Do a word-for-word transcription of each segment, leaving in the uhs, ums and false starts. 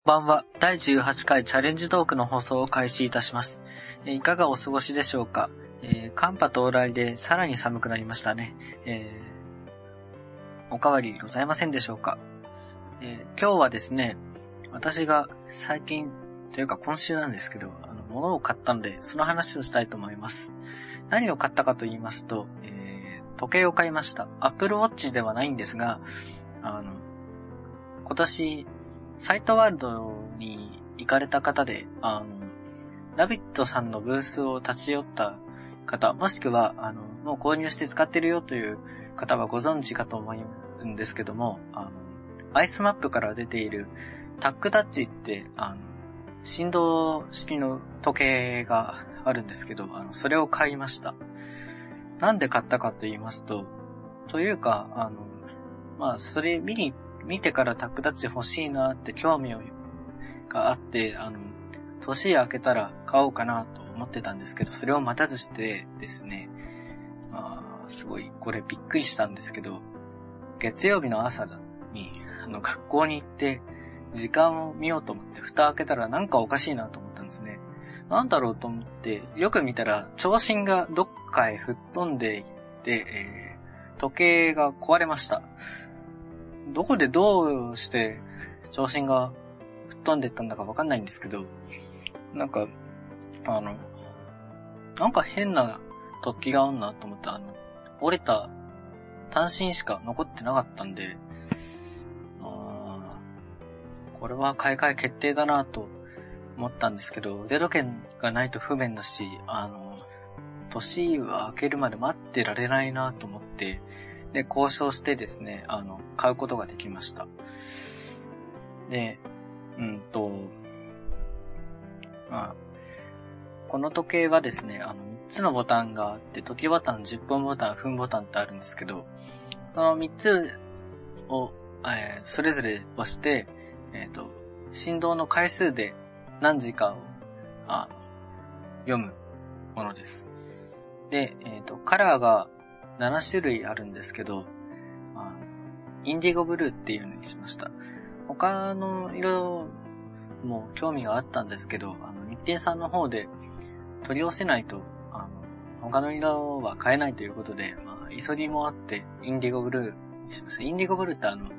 こんばんは。だいじゅうはちかいチャレンジトークの放送を開始いたします。えー、いかがお過ごしでしょうか。えー、寒波到来でさらに寒くなりましたね。えー、おかわりございませんでしょうか。えー、今日はですね、私が最近というか今週なんですけど、あの物を買ったのでその話をしたいと思います。何を買ったかと言いますと、えー、時計を買いました。Apple Watch ではないんですが、あの今年サイトワールドに行かれた方で、あの、ラビットさんのブースを立ち寄った方、もしくは、あの、もう購入して使ってるよという方はご存知かと思うんですけども、あの、アイスマップから出ているタックタッチって、あの、振動式の時計があるんですけど、あの、それを買いました。なんで買ったかと言いますと、というか、あの、まあ、それ見に見てからタックタッチ欲しいなって興味があって、あの、年明けたら買おうかなと思ってたんですけど、それを待たずしてですね、まあ、すごい、これびっくりしたんですけど、月曜日の朝に、あの、学校に行って、時間を見ようと思って蓋開けたらなんかおかしいなと思ったんですね。なんだろうと思って、よく見たら、長針がどっかへ吹っ飛んでいて、えー、時計が壊れました。どこでどうして長針が吹っ飛んでいったんだかわかんないんですけど、なんか、あの、なんか変な突起があんなと思って、あの、折れた単針しか残ってなかったんで、あこれは買い替え決定だなと思ったんですけど、腕時計がないと不便だし、あの、年は明けるまで待ってられないなと思って、で、交渉してですね、あの、買うことができました。で、うんと、まあ、この時計はですね、あの、みっつのボタンがあって、時ボタン、じゅっぽんボタン、分ボタンってあるんですけど、そのみっつを、えー、それぞれ押して、えっと、振動の回数で何時かを、あの、読むものです。で、えっと、カラーがななしゅるいあるんですけど、あのインディゴブルーっていうのにしました。他の色も興味があったんですけど、あの日展さんの方で取り寄せないとあの他の色は買えないということで、まあ、急ぎもあってインディゴブルーにしました。インディゴブルーってあの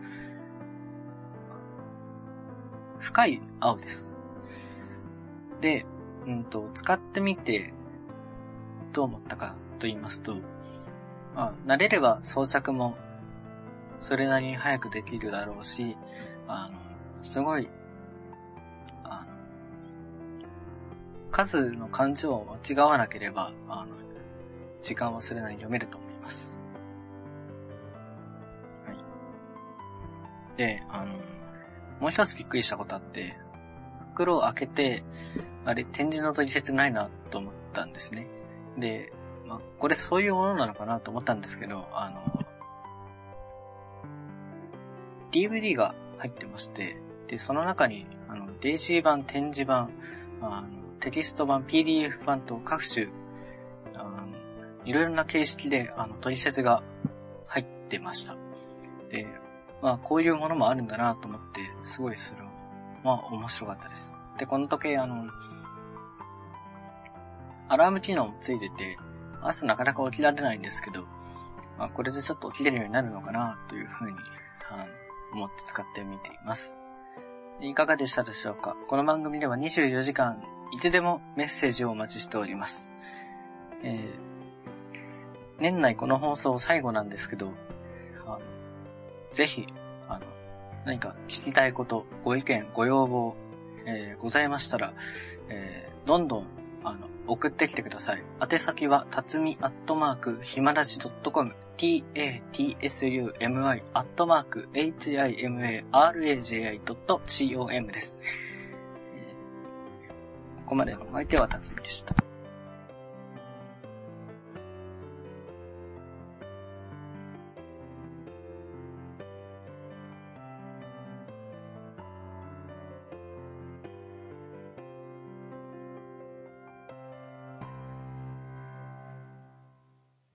深い青です。で、うんと使ってみてどう思ったかと言いますと、まあ、慣れれば装着もそれなりに早くできるだろうし、あの、すごい、あの、数の漢字を間違わなければ、あの、時間はそれなりに読めると思います。はい。で、あの、もう一つびっくりしたことあって、袋を開けて、あれ、点字の取説ないなと思ったんですね。で、まあ、これそういうものなのかなと思ったんですけど、あの、ディーブイディー が入ってまして、で、その中に、あの、デイジー版、点字版、あの、テキスト版、ピーディーエフ 版と各種、あの、いろいろな形式で、あの、取説が入ってました。で、まあ、こういうものもあるんだなと思って、すごいそれを、まあ、面白かったです。で、この時計、あの、アラーム機能もついてて、朝なかなか起きられないんですけど、まあ、これでちょっと起きれるようになるのかなというふうに、あの、思って使ってみています。いかがでしたでしょうか。この番組ではにじゅうよじかんいつでもメッセージをお待ちしております。えー、年内この放送最後なんですけど、あのぜひあの何か聞きたいこと、ご意見、ご要望、えー、ございましたら、えー、どんどんあの送ってきてください。宛先はたつみアットマークひまらじ .com tatsumi アットマーク himaraji.com です。ここまでのお相手はたつみでした。